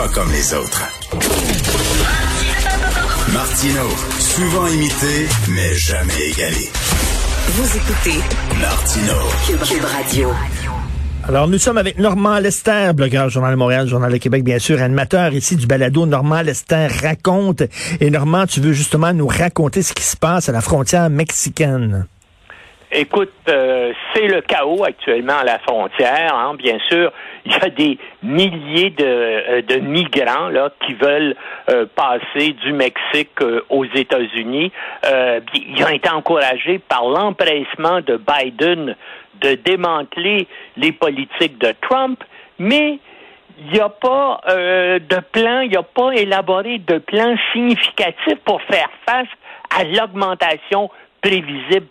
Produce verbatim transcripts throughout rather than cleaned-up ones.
Pas comme les autres. Martino, souvent imité, mais jamais égalé. Vous écoutez Martino, Cube, Cube Radio. Alors, nous sommes avec Normand Lester, blogueur Journal de Montréal, Journal de Québec, bien sûr, animateur ici du balado Normand Lester raconte. Et Normand, tu veux justement nous raconter ce qui se passe à la frontière mexicaine. Écoute, euh, c'est le chaos actuellement à la frontière, hein, bien sûr. Il y a des milliers de, euh, de migrants là qui veulent euh, passer du Mexique euh, aux États-Unis. Euh, ils ont été encouragés par l'empressement de Biden de démanteler les politiques de Trump, mais il n'y a pas euh, de plan, il n'y a pas élaboré de plan significatif pour faire face à l'augmentation prévisible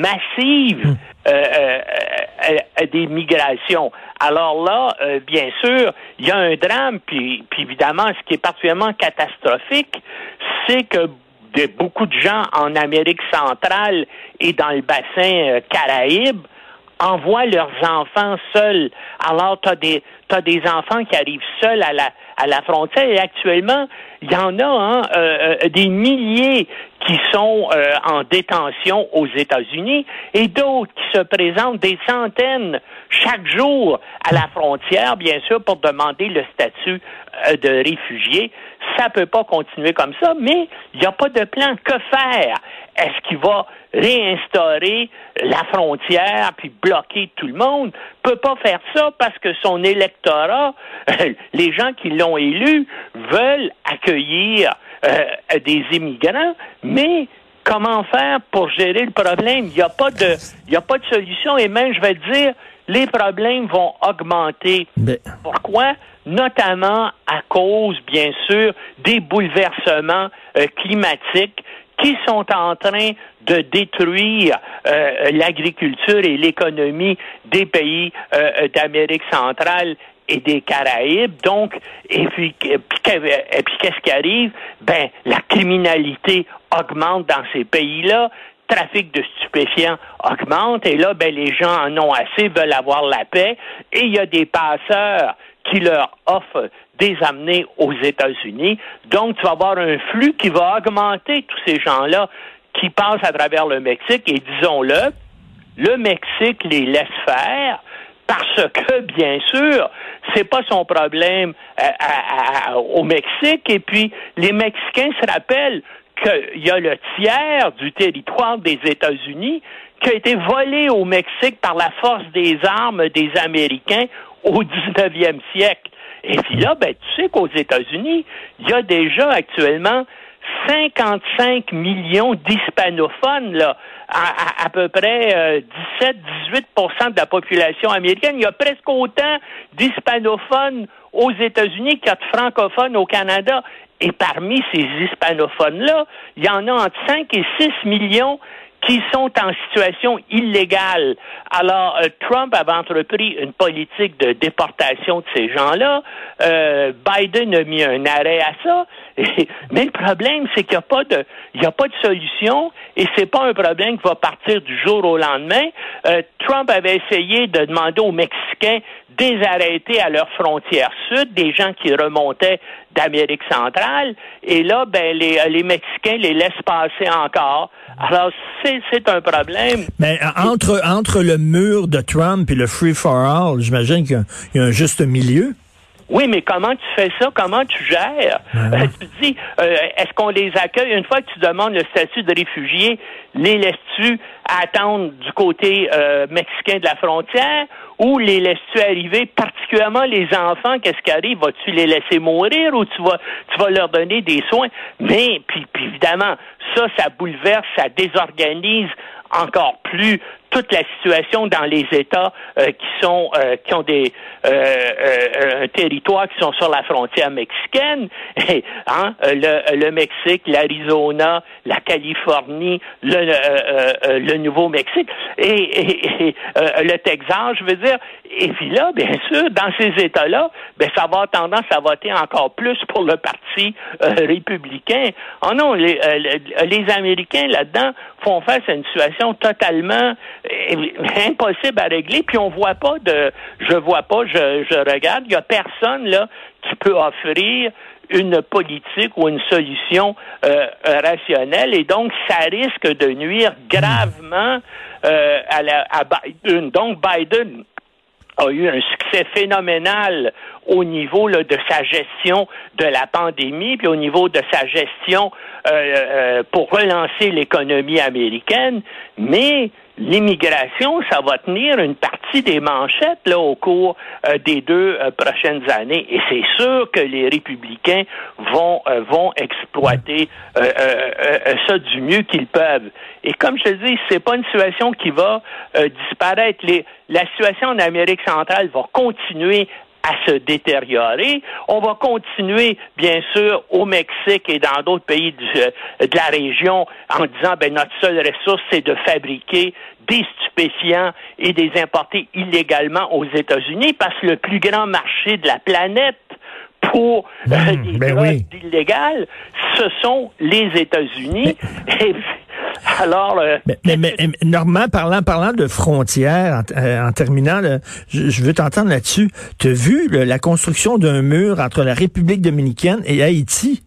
massive euh, euh, euh, des migrations. Alors là, euh, bien sûr, il y a un drame, puis, puis évidemment, ce qui est particulièrement catastrophique, c'est que de, beaucoup de gens en Amérique centrale et dans le bassin euh, Caraïbe envoient leurs enfants seuls. Alors, tu as des, t'as des enfants qui arrivent seuls à la, à la frontière, et actuellement, il y en a hein, euh, euh, des milliers qui sont euh, en détention aux États-Unis et d'autres qui se présentent des centaines chaque jour à la frontière, bien sûr, pour demander le statut euh, de réfugié. Ça peut pas continuer comme ça, mais il n'y a pas de plan. Que faire? Est-ce qu'il va réinstaurer la frontière puis bloquer tout le monde? Il peut pas faire ça parce que son électorat, euh, les gens qui l'ont élu, veulent accueillir euh, des immigrants, mais comment faire pour gérer le problème? Il n'y a pas de, il y a pas de solution, et même, je vais te dire, les problèmes vont augmenter. Mais... Pourquoi? Notamment à cause, bien sûr, des bouleversements euh, climatiques qui sont en train de détruire euh, l'agriculture et l'économie des pays euh, d'Amérique centrale et des Caraïbes. Donc, et puis, et puis, et puis qu'est-ce qui arrive? Ben, la criminalité augmente dans ces pays-là. Trafic de stupéfiants augmente, et là, ben, les gens en ont assez, veulent avoir la paix, et il y a des passeurs qui leur offrent des amener aux États-Unis. Donc, tu vas avoir un flux qui va augmenter tous ces gens-là qui passent à travers le Mexique, et disons-le, le Mexique les laisse faire parce que, bien sûr, c'est pas son problème à, à, à, au Mexique, et puis les Mexicains se rappellent qu'il y a le tiers du territoire des États-Unis qui a été volé au Mexique par la force des armes des Américains au dix-neuvième siècle. Et puis là, ben, tu sais qu'aux États-Unis, il y a déjà actuellement cinquante-cinq millions d'hispanophones, là, à, à, à peu près euh, dix-sept à dix-huit pour cent de la population américaine. Il y a presque autant d'hispanophones aux États-Unis qu'il y a de francophones au Canada. Et parmi ces hispanophones-là, il y en a entre cinq et six millions qui sont en situation illégale. Alors, euh, Trump avait entrepris une politique de déportation de ces gens-là. Euh, Biden a mis un arrêt à ça. Et, mais le problème, c'est qu'il n'y a pas de, il y a pas de solution, et c'est pas un problème qui va partir du jour au lendemain. Euh, Trump avait essayé de demander aux Mexicains de les arrêter à leur frontière sud, des gens qui remontaient d'Amérique centrale, et là, ben, les, les Mexicains les laissent passer encore. Alors, c'est, c'est un problème. Mais entre, entre le mur de Trump et le free for all, j'imagine qu'il y a, il y a un juste milieu. Oui, mais comment tu fais ça? Comment tu gères? Ah. Euh, tu te dis, euh, est-ce qu'on les accueille? Une fois que tu demandes le statut de réfugié, les laisses-tu attendre du côté euh, mexicain de la frontière, ou les laisses-tu arriver, particulièrement les enfants, qu'est-ce qui arrive? Vas-tu les laisser mourir, ou tu vas tu vas leur donner des soins? Mais, puis, puis évidemment, ça, ça bouleverse, ça désorganise encore plus toute la situation dans les États euh, qui sont euh, qui ont des euh, euh, un territoire qui sont sur la frontière mexicaine, et, hein, le, le Mexique, l'Arizona, la Californie, le euh, euh, le Nouveau-Mexique et, et, et euh, le Texas, je veux dire. Et puis là, bien sûr, dans ces États-là, ben ça va avoir tendance à voter encore plus pour le parti euh, républicain. Oh non, les, euh, les Américains là-dedans font face à une situation totalement impossible à régler, puis on voit pas de, je vois pas, je, je regarde, il y a personne là qui peut offrir une politique ou une solution euh, rationnelle, et donc ça risque de nuire gravement euh, à, la, à Biden. Donc Biden a eu un succès phénoménal au niveau là, de sa gestion de la pandémie, puis au niveau de sa gestion euh, euh, pour relancer l'économie américaine, mais l'immigration, ça va tenir une partie des manchettes là au cours euh, des deux euh, prochaines années, et c'est sûr que les républicains vont euh, vont exploiter euh, euh, euh, ça du mieux qu'ils peuvent. Et comme je te dis, c'est pas une situation qui va euh, disparaître. Les, la situation en Amérique centrale va continuer à se détériorer. On va continuer, bien sûr, au Mexique et dans d'autres pays du, de la région en disant, ben notre seule ressource, c'est de fabriquer des stupéfiants et des importer illégalement aux États-Unis, parce que le plus grand marché de la planète pour mmh, euh, des ben drogues oui. illégales, ce sont les États-Unis. Mais... Et, Alors, euh, mais, mais, mais Normand, parlant, parlant de frontières, en, euh, en terminant, là, je, je veux t'entendre là-dessus. Tu as vu là, la construction d'un mur entre la République dominicaine et Haïti?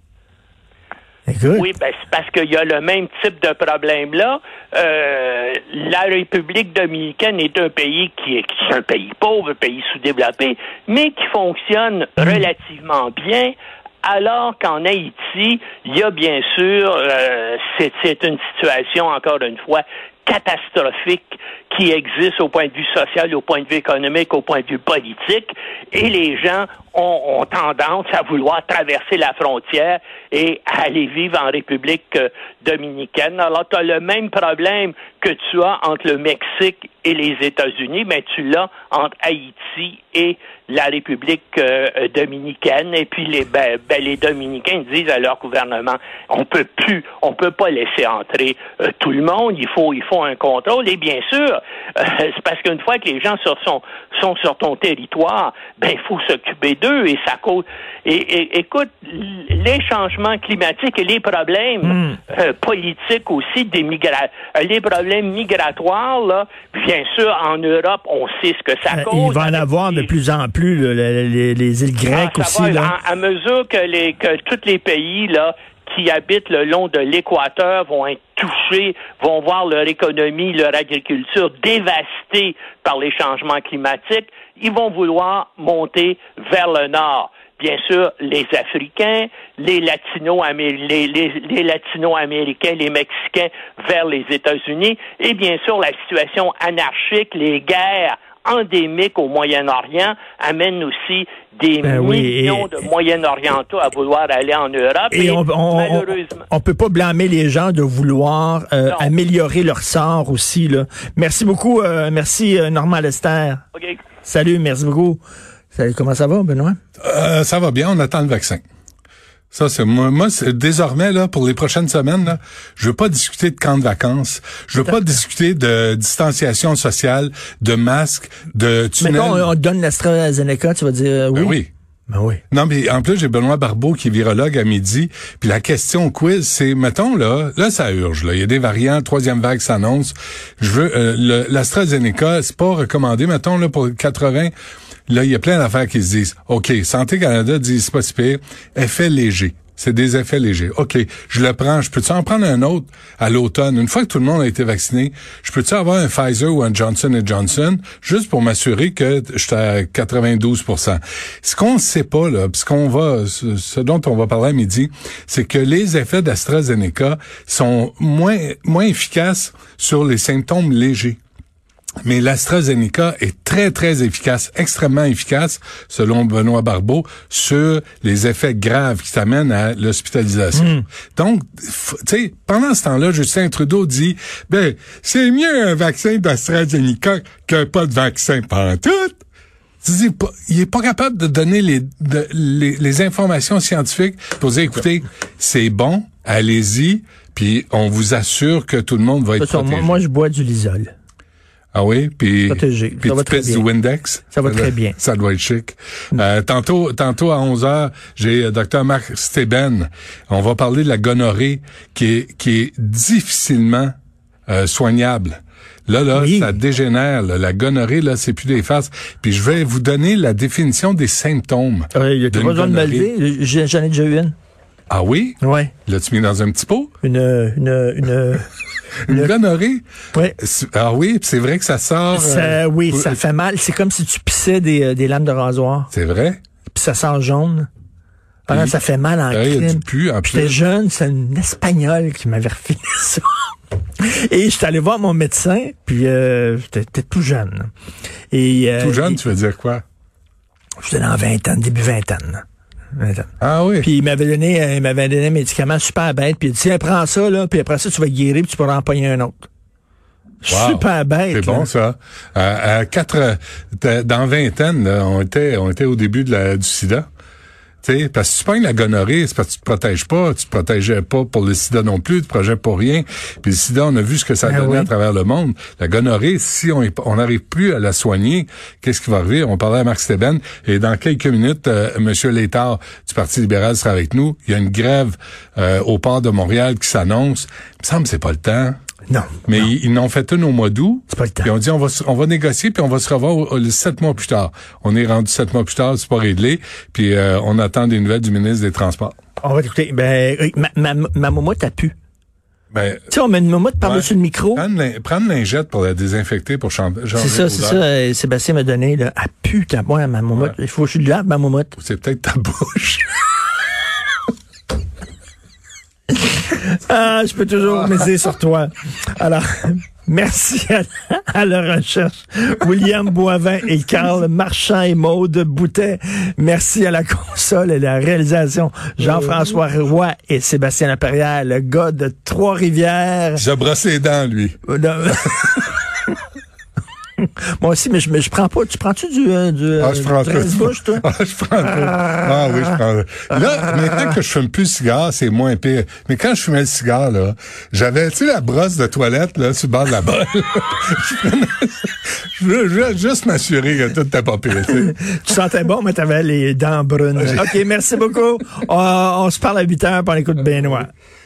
Écoute. Oui, ben c'est parce qu'il y a le même type de problème là. Euh, la République dominicaine est un pays qui est, qui est un pays pauvre, un pays sous-développé, mais qui fonctionne mmh. relativement bien. Alors qu'en Haïti, il y a bien sûr, euh, c'est, c'est une situation, encore une fois, catastrophique qui existe au point de vue social, au point de vue économique, au point de vue politique, et les gens ont, ont tendance à vouloir traverser la frontière et aller vivre en République euh, dominicaine. Alors, tu as le même problème que tu as entre le Mexique et les États-Unis, mais tu l'as entre Haïti et la République euh, dominicaine. Et puis, les, ben, ben, les Dominicains disent à leur gouvernement, on peut plus, on peut pas laisser entrer euh, tout le monde, il faut, il faut un contrôle. Et bien sûr, euh, c'est parce qu'une fois que les gens sur son, sont sur ton territoire, ben, il faut s'occuper d'eux, et ça cause. Et, et écoute, les changements climatiques et les problèmes mm. euh, politiques aussi, des migra- les problèmes migratoires, là, bien sûr, en Europe, on sait ce que ça cause. Il va en avoir de plus en plus, là, les, les, les îles grecques ah, aussi. Va, là. À, à mesure que, les, que tous les pays là, qui habitent le long de l'équateur vont être touchés, vont voir leur économie, leur agriculture dévastée par les changements climatiques, ils vont vouloir monter vers le nord. Bien sûr, les Africains, les Latino-Américains, les, les, les Latino-Américains, les Mexicains vers les États-Unis, et bien sûr, la situation anarchique, les guerres endémiques au Moyen-Orient amènent aussi des ben millions oui, et, de Moyen-Orientaux à vouloir aller en Europe. Et, et on, on, malheureusement, on, on peut pas blâmer les gens de vouloir euh, améliorer leur sort aussi, là. Merci beaucoup, euh, merci euh, Normand Lester. Okay. Salut, merci beaucoup. Salut, comment ça va, Benoît? Euh, ça va bien, on attend le vaccin. Ça, c'est moi. Moi, c'est, désormais, là, pour les prochaines semaines, là, je veux pas discuter de camps de vacances. Je veux pas discuter de distanciation sociale, de masques, de tunnels. Mais quand on, on donne l'AstraZeneca, tu vas dire euh, oui? Ben oui. Ben oui. Non, mais en plus, j'ai Benoît Barbeau qui est virologue à midi. Puis la question quiz, c'est, mettons, là, là, ça urge, là. Il y a des variants, troisième vague s'annonce. Je veux, euh, le, l'AstraZeneca, c'est pas recommandé, mettons, là, pour quatre-vingts. Là, il y a plein d'affaires qui se disent, OK, Santé Canada dit, c'est pas si pire, effet léger. C'est des effets légers. OK, je le prends. Je peux-tu en prendre un autre à l'automne? Une fois que tout le monde a été vacciné, je peux-tu avoir un Pfizer ou un Johnson and Johnson juste pour m'assurer que je suis à quatre-vingt-douze pour cent? Ce qu'on ne sait pas, là, ce qu'on va, ce, ce dont on va parler à midi, c'est que les effets d'AstraZeneca sont moins, moins efficaces sur les symptômes légers. Mais l'AstraZeneca est très, très efficace, extrêmement efficace, selon Benoît Barbeau, sur les effets graves qui t'amènent à l'hospitalisation. Mmh. Donc, tu sais, pendant ce temps-là, Justin Trudeau dit, ben, c'est mieux un vaccin d'AstraZeneca qu'un pas de vaccin pantoute. Il est pas capable de donner les, de, les, les informations scientifiques pour dire, écoutez, c'est bon, allez-y, puis on vous assure que tout le monde va être ça, protégé. Moi, moi, je bois du Lysol. Ah oui, puis protégé. puis tu pèses du Windex. Ça va très bien. Ça doit être chic. Euh, tantôt, tantôt à onze heures, j'ai euh, docteur Marc Steben. On va parler de la gonorrhée qui est qui est difficilement euh, soignable. Là, là, Oui. ça dégénère. Là. La gonorrhée, là, c'est plus des farces. Puis je vais vous donner la définition des symptômes. Euh, il n'y a pas d'une besoin de me gonorrhée. lever. J'ai- J'en ai déjà eu une. Ah oui? Ouais. L'as-tu mis dans un petit pot? Une, une, une, Une Le- gonorrhée? ouais. C'est- Ah oui, puis c'est vrai que ça sort... Ça, euh, oui, pour- ça fait mal. C'est comme si tu pissais des, euh, des lames de rasoir. C'est vrai? Puis ça sent jaune. Pendant Puis- ça fait mal en Ah, il y a crime. du pu, en J'étais plus. jeune, c'est une Espagnole qui m'avait refilé ça. Et j'étais allé voir mon médecin, puis euh, j'étais j'étais tout jeune. Et, euh, Tout jeune, et- tu veux dire quoi? J'étais dans vingtaine, début vingtaine. vingtaine. Ah oui. Puis il m'avait donné, euh, il m'avait donné un médicament super bête, puis il dit, tiens, prends ça, là, puis après ça, tu vas guérir, puis tu pourras en pogner un autre. Wow. Super bête. C'est bon, là. ça. À, à quatre, euh, t'as- dans vingtaine, là, on était, on était au début de la, du sida. Tu sais, parce que si tu pognes la gonorrhée, c'est parce que tu te protèges pas, tu te protégeais pas pour le sida non plus, tu te protégeais pour rien. Puis le sida, on a vu ce que ça Ben donnait oui. à travers le monde. La gonorrhée, si on on n'arrive plus à la soigner, qu'est-ce qui va arriver? On parlait à Marc Steben, et dans quelques minutes, euh, Monsieur Létard du Parti libéral sera avec nous. Il y a une grève euh, au port de Montréal qui s'annonce. Il me semble que c'est pas le temps. Non. Mais non. ils, ils n'ont fait une au mois d'août. C'est pas le temps. Puis on dit on va se- on va négocier puis on va se revoir au- le sept mois plus tard. On est rendu sept mois plus tard, c'est pas réglé. Puis euh, on attend des nouvelles du ministre des Transports. On va écouter. Ben, euh, ma, ma, ma moumoute a pu. Ben, Tu sais, on met une moumoute par-dessus ouais. le micro. Prendre, l'in- prendre lingette pour la désinfecter pour changer. C'est ça, c'est ça. euh, Sébastien m'a donné, là. Ah, putain, moi, ma moumoute. Ouais. Il faut que je lui lave ma moumoute. C'est peut-être ta bouche. Ah, je peux toujours miser sur toi. Alors, merci à, à la recherche. William Boivin et Carl Marchand et Maude Boutet. Merci à la console et la réalisation. Jean-François Roy et Sébastien Laperrière, le gars de Trois-Rivières. Il se brosse les dents, lui. Euh, non. Moi aussi, mais je, mais je prends pas. Tu prends-tu du, euh, du, Ah, je prends du tout. rince-bouche, toi? Ah, je prends tout. Ah oui, je prends. Là, maintenant que je fume plus de cigare, c'est moins pire. Mais quand je fumais le cigare, là, j'avais, tu sais, la brosse de toilette, là, sur le bord de la bolle. je prenais- je voulais je voulais juste m'assurer que tout n'était pas pire, tu sais. Tu sentais bon, mais t'avais les dents brunes. OK, merci beaucoup. On, on se parle à huit heures, puis on écoute Benoît.